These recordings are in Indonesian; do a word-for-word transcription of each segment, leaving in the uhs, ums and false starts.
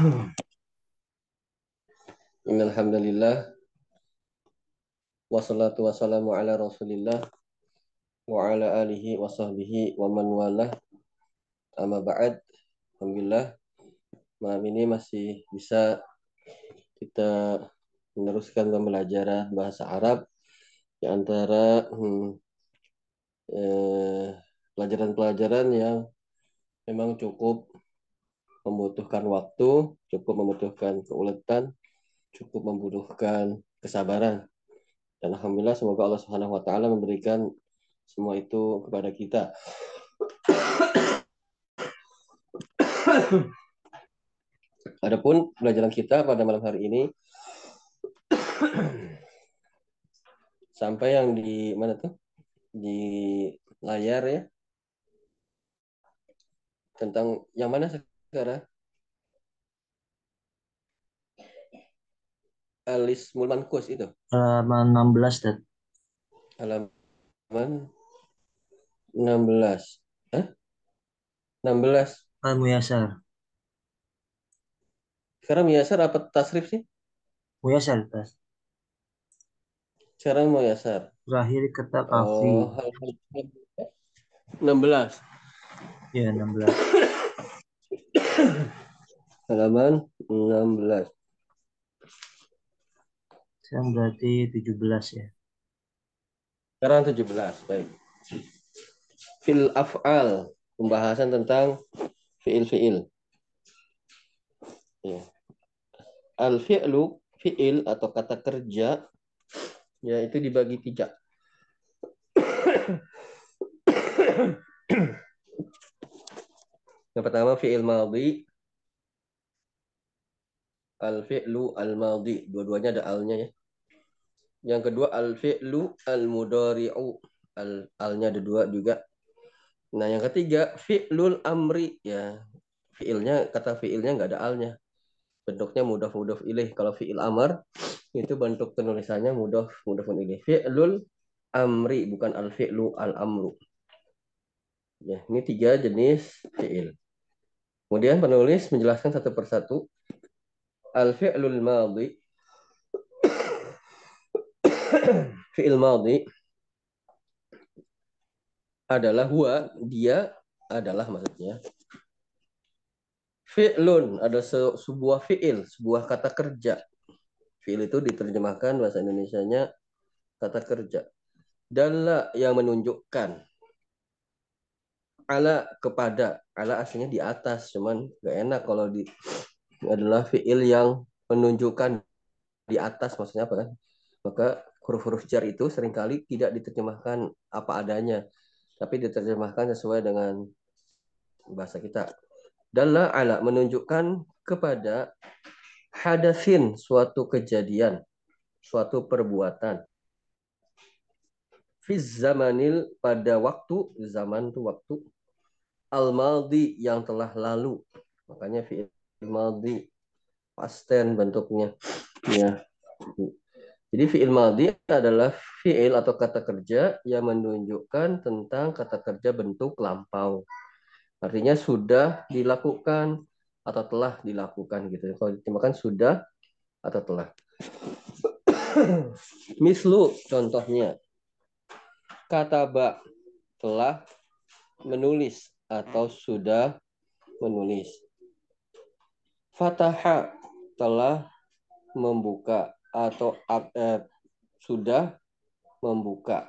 Innal hamdalillah wassalatu wassalamu ala Rasulillah wa ala alihi wa sahbihi wa man walah. Amma ba'd. Alhamdulillah malam ini masih bisa kita meneruskan pembelajaran bahasa Arab di antara hmm, eh, pelajaran-pelajaran yang memang cukup membutuhkan waktu, cukup membutuhkan keuletan, cukup membutuhkan kesabaran. Dan alhamdulillah semoga Allah Subhanahu wa taala memberikan semua itu kepada kita. Adapun pelajaran kita pada malam hari ini sampai yang di mana tuh? Di layar ya. Tentang yang mana sekarang? Al-Ismul Manqus itu. Halaman enam belas dan Halaman enam belas. Hah? enam belas. Al-Muyasar. Sekarang Muyasar apa tasrif sih? Muyasar tas. Sekarang Muyasar. Terakhir kata kafi. Oh, halaman enam belas. Ya, enam belas. Halaman enam belas. Sekarang berarti tujuh belas ya. Sekarang tujuh belas. Baik. Fil af'al. Pembahasan tentang fi'il-fi'il. Ya. Al-fi'lu, fi'il atau kata kerja, ya itu dibagi tiga. Yang pertama fi'il madhi, al-fi'lu al-madhi. Dua-duanya ada alnya ya. Yang kedua al-fi'lu al-mudhari'u. Al alnya ada dua juga. Nah, yang ketiga fi'lul amri ya. Fi'ilnya kata fi'ilnya nggak ada alnya. Bentuknya mudhaf mudhaf ilaih. Kalau fi'il amr itu bentuk penulisannya mudhaf mudhaf ilaih. Fi'lul amri bukan al-fi'lu al-amru. Ya, ini tiga jenis fi'il. Kemudian penulis menjelaskan satu persatu. Al-fi'lul madhi. Fi'il madhi adalah huwa, dia adalah maksudnya. Fi'lun ada se sebuah fi'il, sebuah kata kerja. Fi'il itu diterjemahkan bahasa Indonesianya kata kerja. Dalla yang menunjukkan. Ala kepada. Ala aslinya di atas, cuman gak enak kalau di adalah fi'il yang menunjukkan di atas, maksudnya apa kan? Maka huruf-huruf jar itu seringkali tidak diterjemahkan apa adanya, tapi diterjemahkan sesuai dengan bahasa kita. Dalla ala menunjukkan kepada hadasin suatu kejadian, suatu perbuatan. Fiz zamanil pada waktu, zaman itu waktu. Al-maldi yang telah lalu. Makanya fi'il maldi past tense bentuknya. Ya. Jadi fi'il maldi adalah fi'il atau kata kerja yang menunjukkan tentang kata kerja bentuk lampau. Artinya sudah dilakukan atau telah dilakukan gitu. Kalau diterjemahkan sudah atau telah. Mislu contohnya. Kataba telah menulis atau sudah menulis. Fataha telah membuka atau eh, sudah membuka.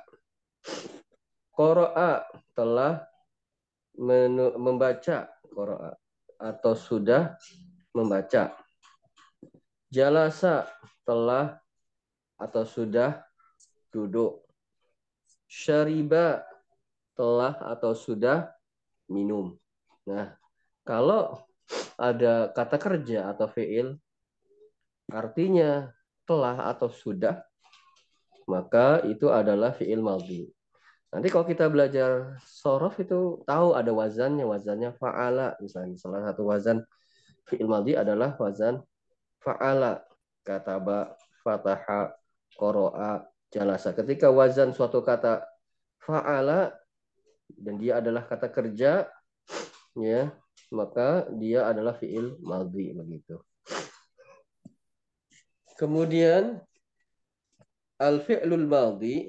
Qara'a telah membaca, qara'a atau sudah membaca. Jalasa telah atau sudah duduk. Syariba telah atau sudah minum. Nah, kalau ada kata kerja atau fi'il artinya telah atau sudah, maka itu adalah fi'il madhi. Nanti kalau kita belajar sorof itu tahu ada wazannya, wazannya fa'ala. Misalnya salah satu wazan fi'il madhi adalah wazan fa'ala. Kataba, fataha, qara'a, jalasa. Ketika wazan suatu kata fa'ala dan dia adalah kata kerja, ya, maka dia adalah fi'il madhi begitu. Kemudian al-fi'lul madhi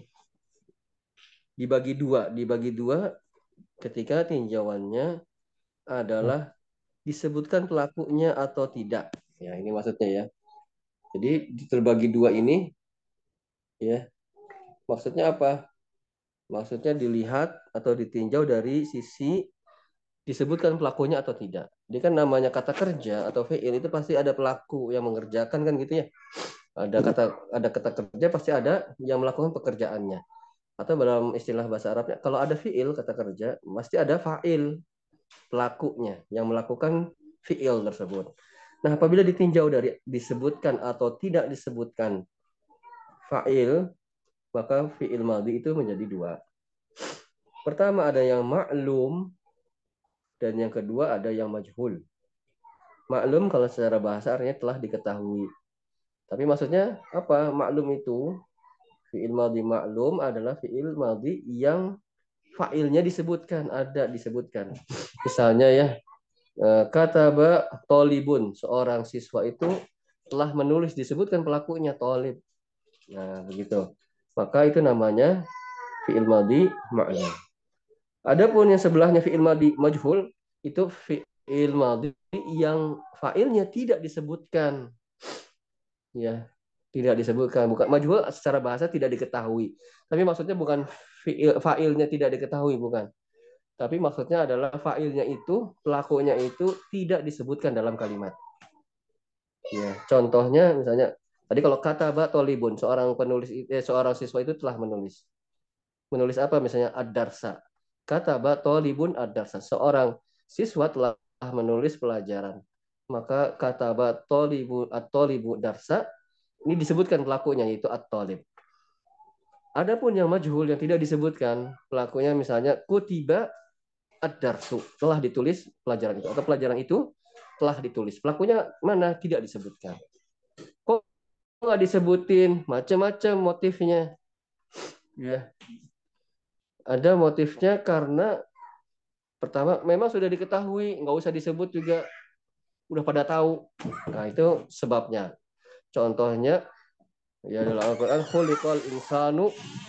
dibagi dua, dibagi dua ketika tinjauannya adalah disebutkan pelakunya atau tidak. Ya, ini maksudnya ya. Jadi terbagi dua ini ya. Maksudnya apa? Maksudnya dilihat atau ditinjau dari sisi disebutkan pelakunya atau tidak. Dia kan namanya kata kerja atau fi'il itu pasti ada pelaku yang mengerjakan kan gitu ya. Ada kata ada kata kerja pasti ada yang melakukan pekerjaannya. Atau dalam istilah bahasa Arabnya kalau ada fi'il kata kerja pasti ada fa'il pelakunya yang melakukan fi'il tersebut. Nah, apabila ditinjau dari disebutkan atau tidak disebutkan fa'il, maka fi'il madhi itu menjadi dua. Pertama ada yang maklum dan yang kedua ada yang majhul. Maklum kalau secara bahasa artinya telah diketahui. Tapi maksudnya apa? Maklum itu fi'il madhi maklum adalah fi'il madhi yang fa'ilnya disebutkan, ada disebutkan. Misalnya ya, kataba tolibun, seorang siswa itu telah menulis, disebutkan pelakunya tolib. Nah, begitu. Maka itu namanya fi'il madhi ma'lum. Adapun yang sebelahnya fi'il madhi majhul, itu fi'il madhi yang fa'ilnya tidak disebutkan. Ya, tidak disebutkan. Bukan majhul secara bahasa tidak diketahui. Tapi maksudnya bukan fi'il, fa'ilnya tidak diketahui, bukan. Tapi maksudnya adalah fa'ilnya itu, pelakunya itu tidak disebutkan dalam kalimat. Ya, contohnya misalnya tadi kalau kata ba tolibun, seorang penulis eh, seorang siswa itu telah menulis. Menulis apa misalnya ad-darsa. Kata ba tolibun ad-darsa, seorang siswa telah menulis pelajaran. Maka kata ba tolibu at-tolibu darsa ini disebutkan pelakunya yaitu at-tolib. Adapun yang majhul yang tidak disebutkan pelakunya misalnya kutiba ad-darsu, telah ditulis pelajaran itu atau pelajaran itu telah ditulis. Pelakunya mana tidak disebutkan. Kok nggak disebutin? Macam-macam motifnya. Ya. Ada motifnya karena pertama memang sudah diketahui, nggak usah disebut juga udah pada tahu. Nah, itu sebabnya. Contohnya ya dalam Al-Qur'an khuliqal insanu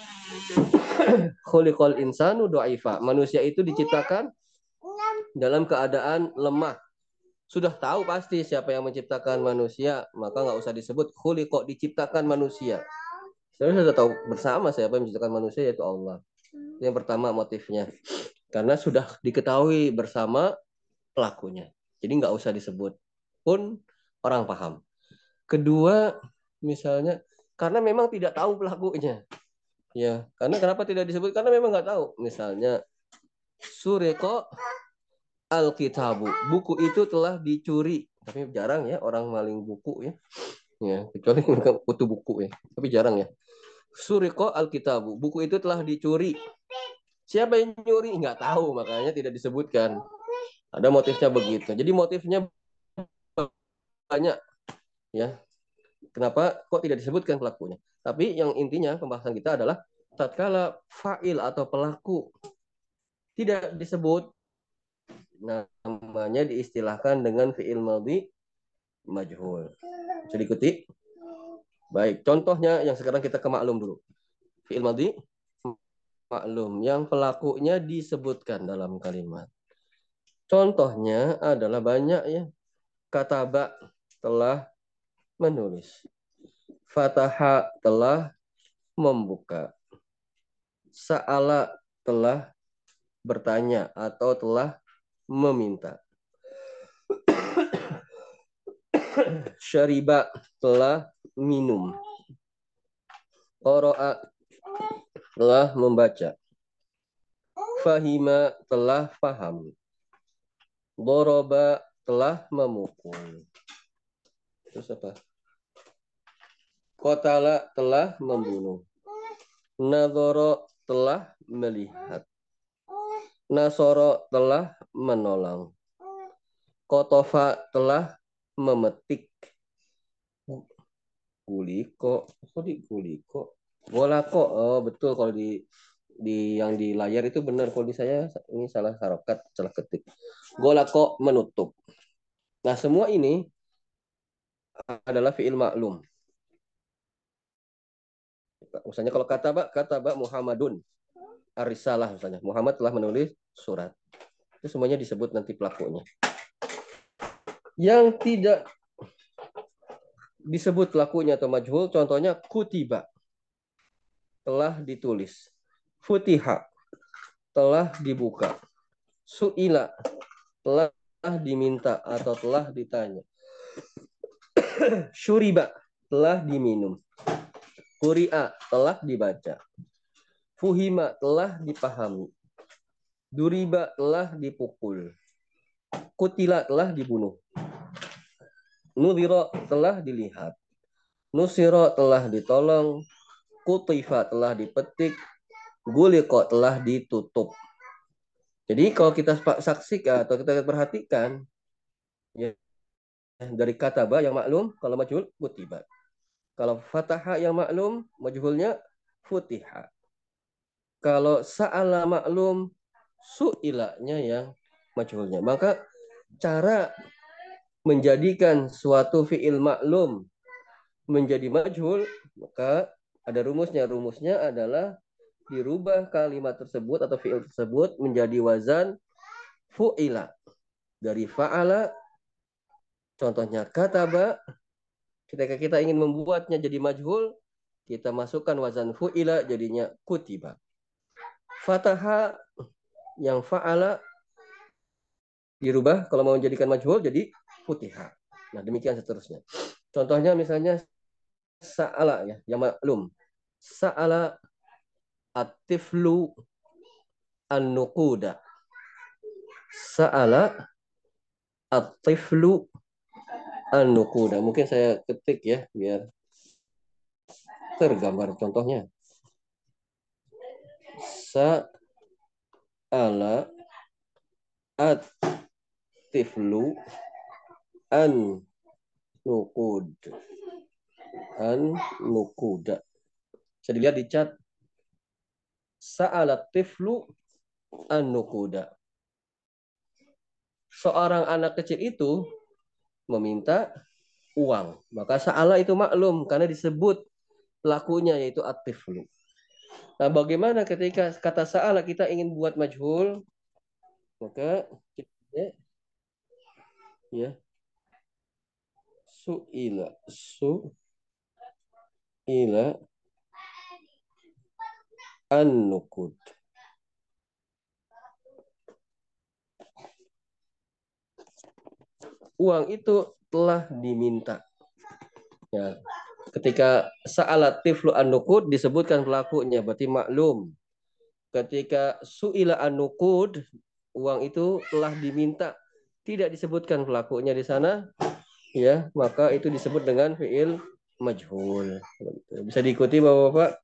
khuliqal insanu dha'ifa. Manusia itu diciptakan dalam keadaan lemah. Sudah tahu pasti siapa yang menciptakan manusia, maka nggak usah disebut khuliqa, diciptakan manusia. Saya sudah tahu bersama siapa yang menciptakan manusia yaitu Allah. Yang pertama motifnya. Karena sudah diketahui bersama pelakunya. Jadi nggak usah disebut. Pun orang paham. Kedua, misalnya karena memang tidak tahu pelakunya. Ya, karena kenapa tidak disebut? Karena memang nggak tahu. Misalnya sureko al-kitabu. Buku itu telah dicuri. Tapi jarang ya orang maling buku ya. Ya, kecuali kutu buku ya. Tapi jarang ya. Sureko al-kitabu. Buku itu telah dicuri. Siapa yang nyuri? Nggak tahu, makanya tidak disebutkan. Ada motifnya begitu. Jadi motifnya banyak ya. Kenapa kok tidak disebutkan pelakunya? Tapi yang intinya pembahasan kita adalah tatkala fa'il atau pelaku tidak disebut, namanya diistilahkan dengan fi'il madhi majhul. Bisa diikuti? Baik, contohnya yang sekarang kita ke maklum dulu. Fi'il madhi maklum yang pelakunya disebutkan dalam kalimat. Contohnya adalah banyak ya. Kataba telah menulis. Fataha telah membuka. Sa'ala telah bertanya atau telah meminta. Syariba telah minum. Qara'a telah membaca. Fahima telah paham. Doroba telah memukul. Terus apa? Qatala telah membunuh. Nadhara telah melihat. Nasoro telah menolong. Kotofa telah memetik. Guliko, kok di guliko? Bola kok, oh betul kalau di di yang di layar itu benar. Kalau di saya ini salah harokat, salah ketik. Golako menutup. Nah, semua ini adalah fiil maklum. Misalnya kalau kata Pak, kata Pak Muhammadun Arisalah misalnya. Muhammad telah menulis surat. Itu semuanya disebut nanti pelakunya. Yang tidak disebut pelakunya atau majhul, contohnya kutiba, telah ditulis. Futiha, telah dibuka. Su'ila, telah diminta atau telah ditanya. Syuriba, telah diminum. Quri'a, telah dibaca. Fuhima, telah dipahami. Duriba, telah dipukul. Kutila, telah dibunuh. Nudhiro, telah dilihat. Nusiro, telah ditolong. Kutifa, telah dipetik. Guliko, telah ditutup. Jadi kalau kita saksikan atau kita perhatikan, ya, dari kata ba yang maklum, kalau majhul, kutiba. Kalau fataha yang maklum, majhulnya futiha. Kalau sa'ala maklum, su'ilanya yang majhulnya. Maka cara menjadikan suatu fi'il maklum menjadi majhul, maka ada rumusnya. Rumusnya adalah dirubah kalimat tersebut atau fi'il tersebut menjadi wazan fu'ila. Dari fa'ala, contohnya kataba, ketika kita ingin membuatnya jadi majhul, kita masukkan wazan fu'ila, jadinya kutiba. Fataha yang fa'ala dirubah kalau mau menjadikan majhul jadi futiha. Nah, demikian seterusnya. Contohnya misalnya sa'ala ya, yang maklum. Sa'ala at-tiflu an-nuquda. Sa'ala at-tiflu an-nuquda. Mungkin saya ketik ya biar tergambar contohnya. Sa'ala at-tiflu an-nuqud. An-nuquda. Bisa dilihat di chat. Sa'ala at-tiflu an-nuquda. Seorang anak kecil itu meminta uang. Maka sa'ala itu maklum karena disebut pelakunya yaitu at-tiflu. Nah, bagaimana ketika kata sa'ala kita ingin buat majhul? Maka ya, ya su'ila su'ila an-nuqud. Uang itu telah diminta. Ya. Ketika sa'alat tiflu an-nuqud disebutkan pelakunya berarti maklum. Ketika su'ila an-nuqud, uang itu telah diminta, tidak disebutkan pelakunya di sana, ya, maka itu disebut dengan fi'il majhul. Bisa diikuti Bapak-bapak?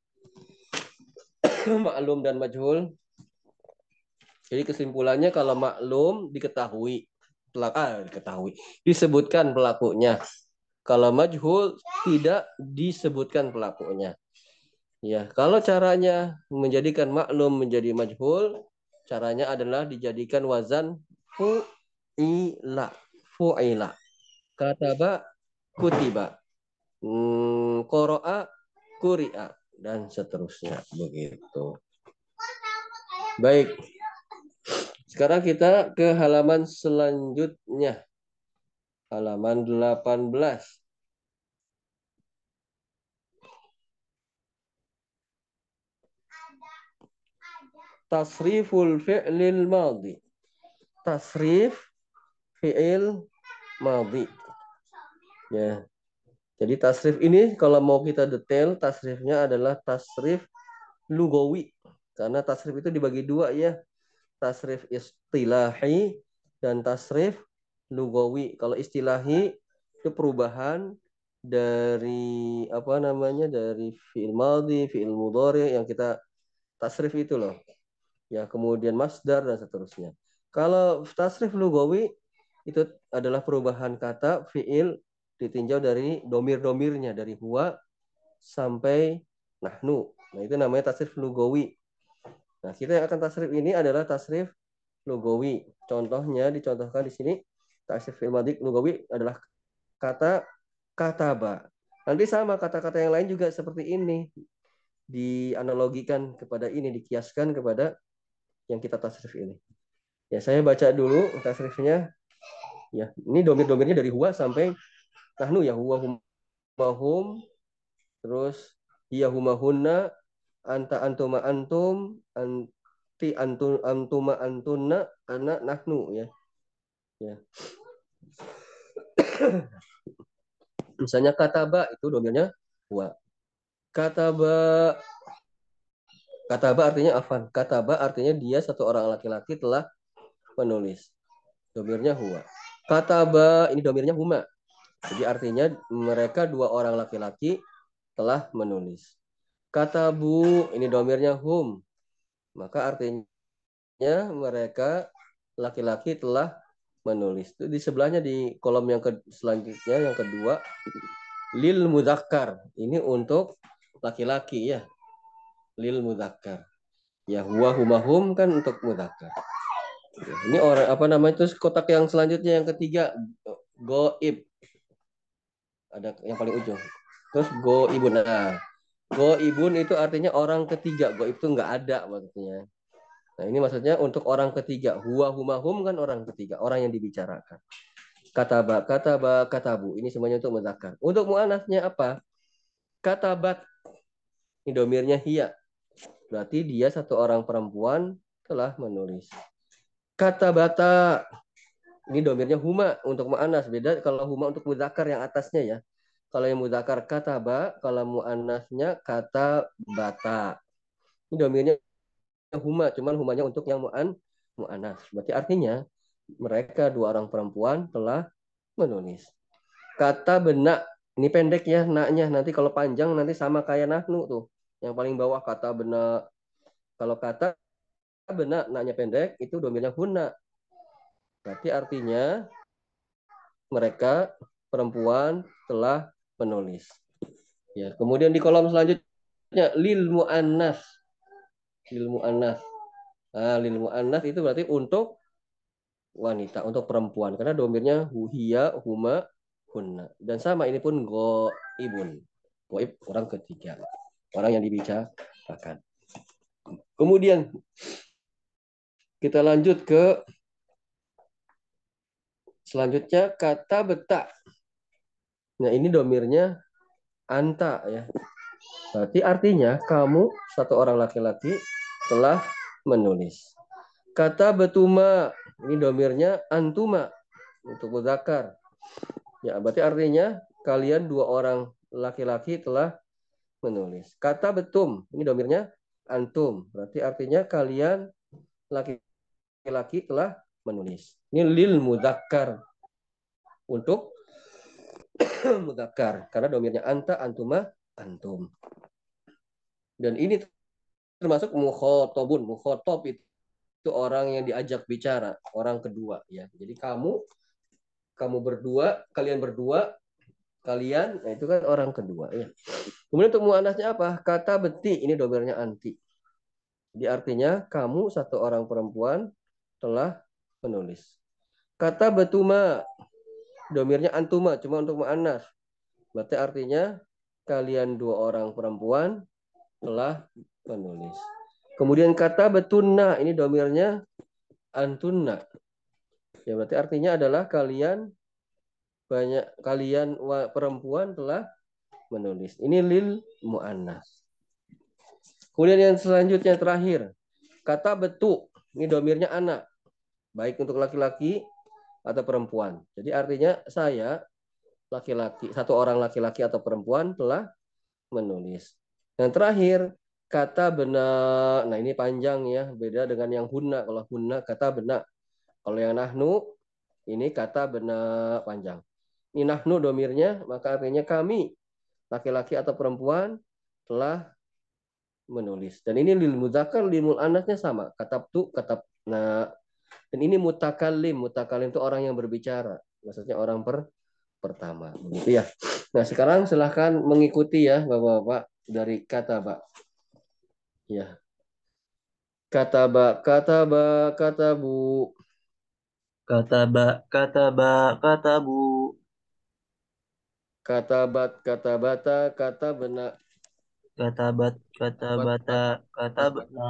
Maklum dan majhul. Jadi kesimpulannya kalau maklum diketahui, pelak ah, diketahui, disebutkan pelakunya. Kalau majhul tidak disebutkan pelakunya. Ya, kalau caranya menjadikan maklum menjadi majhul, caranya adalah dijadikan wazan fu'ila, fu'ila. Kataba, kutiba. Hmm, qara'a, quri'a dan seterusnya begitu. Baik. Sekarang kita ke halaman selanjutnya. Halaman delapan belas. Tasriful fi'lil madhi. Tasrif fi'il madhi. Ya. Jadi tasrif ini kalau mau kita detail, tasrifnya adalah tasrif lugawi. Karena tasrif itu dibagi dua ya. Tasrif istilahi dan tasrif lugawi. Kalau istilahi itu perubahan dari apa namanya dari fi'il madhi, fi'il mudhari yang kita tasrif itu loh. Ya, kemudian masdar dan seterusnya. Kalau tasrif lugawi itu adalah perubahan kata fi'il ditinjau dari domir-domirnya dari huwa sampai nahnu. Nah, itu namanya tasrif lugawi. Nah, kita yang akan tasrif ini adalah tasrif lugawi. Contohnya dicontohkan di sini tasrif fi'il madhi lugawi adalah kata kataba. Nanti sama kata-kata yang lain juga seperti ini dianalogikan kepada ini, dikiaskan kepada yang kita tasrif ini. Ya, saya baca dulu tasrifnya. Ya, ini domir-domirnya dari huwa sampai nahnu ya, huwa huma hum, terus hiya huma hunna, anta antuma antum, anti antum antuma antunna, ana nahnu ya. Ya. Misalnya kataba itu domirnya huwa. Kataba kataba artinya afan. Kataba artinya dia satu orang laki-laki telah menulis. Domirnya huwa. Kataba ini domirnya huma. Jadi artinya mereka dua orang laki-laki telah menulis. Katabu ini domirnya hum. Maka artinya mereka laki-laki telah menulis. Itu di sebelahnya di kolom yang ke, selanjutnya yang kedua lil mudzakkar. Ini untuk laki-laki ya. Lil mudzakkar. Ya huwa humahum kan untuk mudzakkar. Ini orang apa namanya itu kotak yang selanjutnya yang ketiga goib. Ada yang paling ujung. Terus goibun. Nah, goibun itu artinya orang ketiga. Goib itu nggak ada maksudnya. Nah, ini maksudnya untuk orang ketiga. Huwa humahum kan orang ketiga, orang yang dibicarakan. Kataba, kataba, katabu. Ini semuanya untuk mudzakkar. Untuk muannasnya apa? Katabat. Ini domirnya hiya. Berarti dia satu orang perempuan telah menulis. Katabata. Ini domirnya huma untuk mu'annas. Beda kalau huma untuk mudzakkar yang atasnya ya. Kalau yang mudzakkar kataba, kalau mu'annasnya kata bata. Ini domirnya huma, cuman humanya untuk yang mu'an mu'annas. Berarti artinya mereka dua orang perempuan telah menulis. Kata benak, ini pendek ya naknya. Nanti kalau panjang nanti sama kayak nahnu tuh. Yang paling bawah kata benak. Kalau kata benak naknya pendek itu domirnya huna. Berarti artinya mereka perempuan telah menulis. Ya, kemudian di kolom selanjutnya lil muannas. Lil muannas. Nah, lil muannas itu berarti untuk wanita, untuk perempuan karena domirnya huhiya, huma, hunna. Dan sama ini pun goibun. Goib orang ketiga. Orang yang dibicarakan. Kemudian kita lanjut ke selanjutnya kata beta. Nah, ini domirnya anta ya. Berarti artinya kamu satu orang laki-laki telah menulis. Kata betuma ini domirnya antuma untuk mudzakkar. Ya, berarti artinya kalian dua orang laki-laki telah menulis. Kata betum ini domirnya antum. Berarti artinya kalian laki-laki telah menulis. Ini lil mudzakkar untuk mudzakkar karena domirnya anta, antuma, antum. Dan ini termasuk mukhotobun. Mukhotob itu, itu orang yang diajak bicara, orang kedua ya. Jadi kamu kamu berdua, kalian berdua, kalian, nah itu kan orang kedua ya. Kemudian untuk muannasnya apa? Kata beti, ini domirnya anti. Jadi artinya kamu satu orang perempuan telah menulis. Kata betuma, domirnya antuma, cuma untuk muannas. Berarti artinya kalian dua orang perempuan telah menulis. Kemudian kata betunna, ini domirnya antunna. Ya berarti artinya adalah kalian banyak kalian perempuan telah menulis. Ini lil muannas. Kemudian yang selanjutnya terakhir, kata betu, ini domirnya anak, baik untuk laki-laki atau perempuan. Jadi artinya saya laki-laki, satu orang laki-laki atau perempuan telah menulis. Yang terakhir, kata benak. Nah ini panjang ya, beda dengan yang hunna. Kalau hunna kata benak. Kalau yang nahnu, ini kata benak panjang. Ini nahnu domirnya, maka artinya kami, laki-laki atau perempuan, telah menulis. Dan ini lil mudzakkar, lil muannasnya sama. Katabtu, katabna. Dan ini mutakallim. Mutakallim itu orang yang berbicara. Maksudnya orang per pertama. Begitu ya. Nah sekarang silahkan mengikuti ya Bapak-Bapak dari kata Pak. Ya. Kataba, kataba, katabu. Kataba, kataba, katabu. Katabat, katabata, katabna. Katabat, Katabat, katabata, katabat, katabna.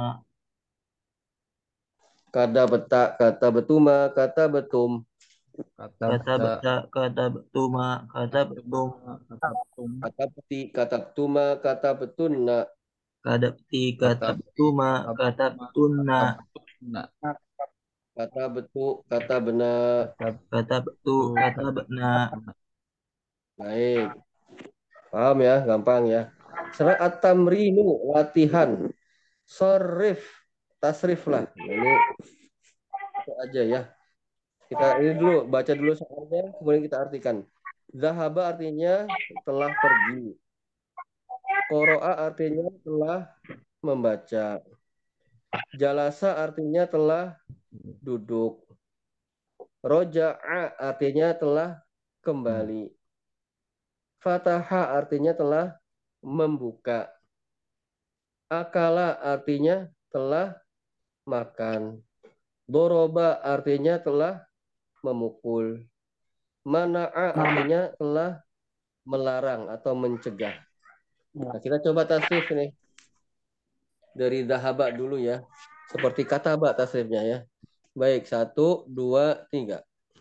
Kadabeta, katabetuma, katabetum. katabta, Katabata, katabtuma, katabtuma, katabtum. katabtum, Katabti, katabtuma, katabetunna. Kadapti, katabti, katabtuma, katabtuma, katabtunna. katabtuna, Katabetu, katabena. Katabtu, katabtu, katabna. katabna. Baik. Paham ya, gampang ya. Sekarang at-tamrinu, latihan. Sorif, tasrif lah. Ini itu aja ya. Kita ini dulu, baca dulu soalnya, kemudian kita artikan. Zahaba artinya telah pergi. Qoro'a artinya telah membaca. Jalasa artinya telah duduk. Roja'a artinya telah kembali. Fataha artinya telah membuka. Akala artinya telah makan. Doroba artinya telah memukul. Mana'a artinya telah melarang atau mencegah. Nah, kita coba tasrif nih. Dari dahaba dulu ya. Seperti kataba tasrifnya ya. Baik, satu, dua, tiga.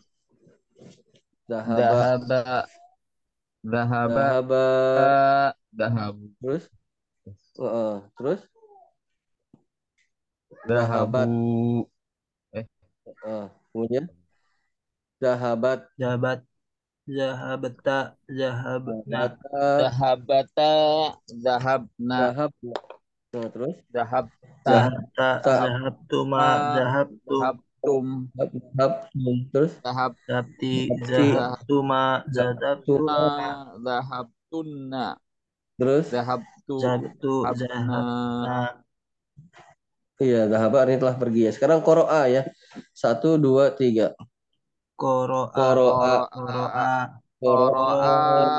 Dahaba, Dahaba, dahaba, dahaba. dahabu, Terus, uh, terus, dahabu, dahabat. eh, Uh, kemudian, dahabat, Zahabat, zahabata, zahabna. dahabata, dahabata, dahabna, dahab. Nah, terus, dahabta, Zahabta, dahabta, zahabtuma, ma, zahabtum. dahabtum, dahab, terus, dahab, Zabti, dahabti, zahabtuma, dahabtuna, zadabtuna. dahabtunna, terus, dahabtu, Zabtu, dahabna, zahabna. iya, dahaba ini telah pergi ya. Sekarang koro'a ya. Satu, dua, tiga. Koro'a, Koro'a, koro'a, koro'a. koro'a,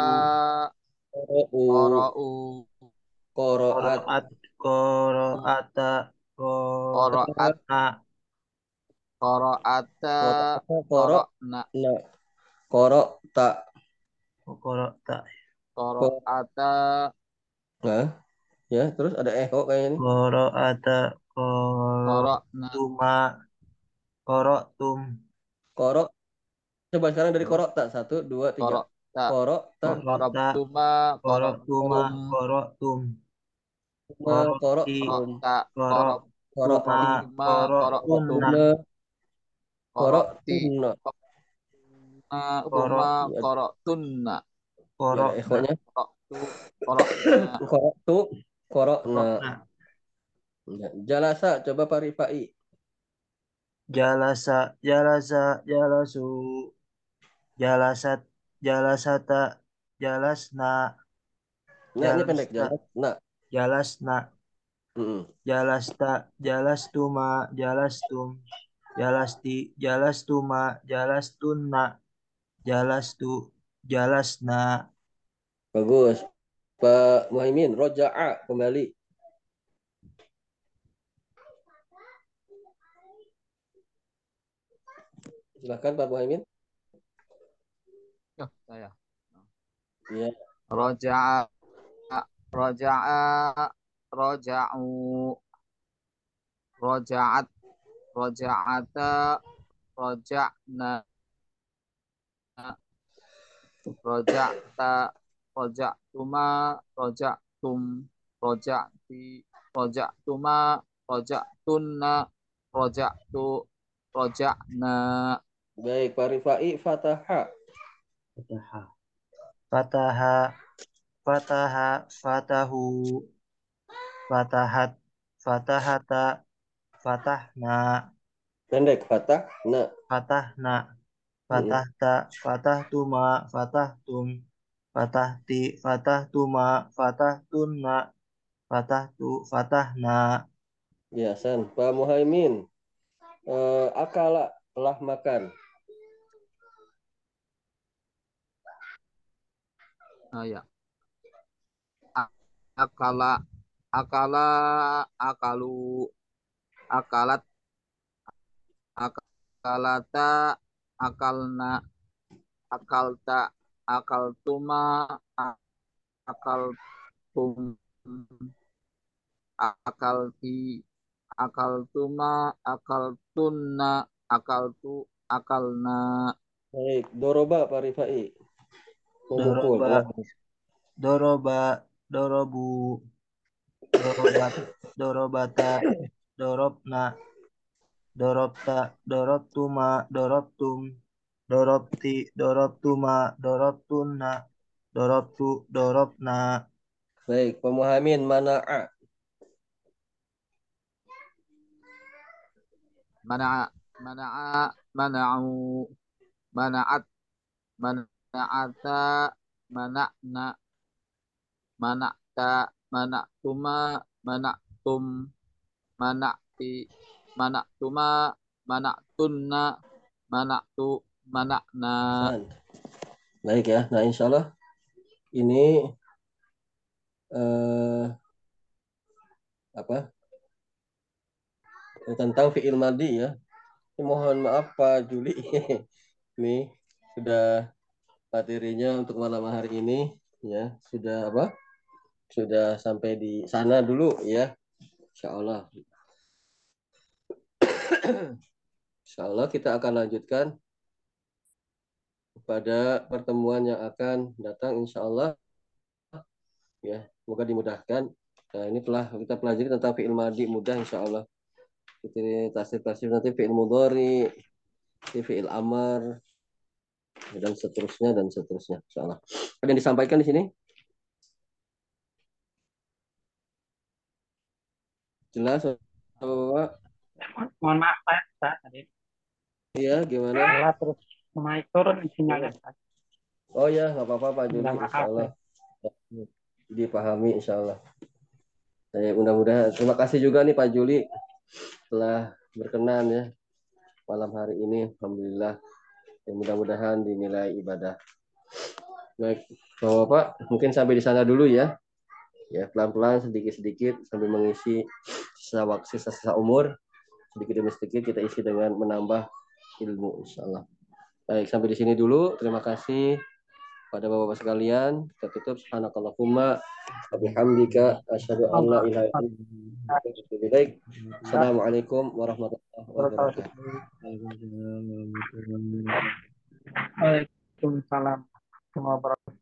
koro'u, korou, koro'at, Koro'at, koro'ata, koroat, koro'na. koroata, koro'ata, korok, korokna, na, korok, tak, Koro'ta. kok, koroata, nah, ya, terus ada echo kayaknya ini. Koro'ata, korokna, korotuma, korotum. Korok, coba sekarang dari terus korok tak. Satu, dua, tiga. korokta, Korok, tak, Korota, korobtuma, korotuma, korobtum, korotum. korok, Koroti, tum, korokta, korok, korob, korok, tuma, ti, korobtuma, korok, koroktum, korotuna, tume, korok, korokti, tuna. korokna, tuma, korok, Ya, koroktunna, ya ada korokna, echo-nya. koroktu, korokna, Korok, tu, korok, na. korokna. Ya, jalasa, coba Pak Rifai. Jalasa, jalasa, jalasu, jalasat, jalasata, jalasna, Nah, ini pendek. jalasta, Jalas, nah. jalasna, Mm-mm. jalasta, jalastuma, jalastum, jalasti, jalastuma, jalastunna, jalastu, jalasna. Bagus. Pak Muhaimin, roja'a, kembali. Silakan Pak Muhaimin. ya saya, Iya. roja'a, roja'a, roja'u, roja'at, roja'ata, roja'na, roja'ta, roja'tuma, roja'tum, roja'ti, roja'tuma, roja'tunna, roja'tu, roja'na, Baik, Pak Rifai, Fataha. Fataha, fataha, fataha, fatahu, fatahat, fatahata, fatahna, Pendek, Fatah. Nah. fatahna, Mm-mm. fatahta, fatahtuma, fatahtum, fatahti, fatahtuma, fatahtunna, fatahtu, fatahna. Ya, San. Pak Muhaimin, eh, akala, telah makan. ah, ya, akala, akala, akalu, akalat, akalata, akalna, akalta, akaltuma, akaltum, akalti, akaltuma, akaltunna, akaltu, akalna. Baik, doroba Pak Rifai. Memukul. Doroba, Allah. doroba, dorobu, dorobat, dorobata, dorobna, dorobta, dorobtuma, dorobtum, dorobti, dorobtuma, dorobtunna, dorobtu, dorobna. Baik, Pak Muhammad mana'a. Mana'a, mana'a, mana'u, mana'at, mana'ata, mana'na, mana'ta, mana'tuma, mana'tum, mana'ti, mana'tuma, mana'tunna, mana'tu, mana'na. Hasan. Baik ya. Nah, insya Allah ini eh, apa tentang fi'il madi ya. Mohon maaf Pak Juli. Ini sudah materinya untuk malam hari ini ya. Sudah apa? Sudah sampai di sana dulu ya. Insya Allah. Insya Allah kita akan lanjutkan pada pertemuan yang akan datang insya Allah ya. Semoga dimudahkan. Nah, ini telah kita pelajari tentang fi'il madi mudah insya Allah. Ini tasir-tasir nanti fi'il mudhari, fi'il amar, dan seterusnya dan seterusnya insya Allah. Ada yang disampaikan di sini? Jelas, Pak? Mohon maaf Pak, Pak tadi. Iya, gimana? Salah terus naik turun sinyalnya Pak. Oh ya, nggak apa-apa Pak Juli, Minta insya maaf Allah. ya. Dipahami insya Allah. Saya mudah-mudahan terima kasih juga nih Pak Juli telah berkenan ya malam hari ini. Alhamdulillah. Ya, mudah-mudahan dinilai ibadah. Baik, Bapak, mungkin sampai di sana dulu ya. Ya, pelan-pelan sedikit-sedikit sambil mengisi sisa waktu sisa umur sedikit demi sedikit kita isi dengan menambah ilmu insyaallah. Baik, sampai di sini dulu. Terima kasih pada Bapak-bapak sekalian. Kita tutup subhanakallahumma wa bihamdika asyhadu an la ilaha illa anta astaghfiruka wa atubu. Assalamualaikum warahmatullahi wabarakatuh. Waalaikumsalam warahmatullahi wabarakatuh.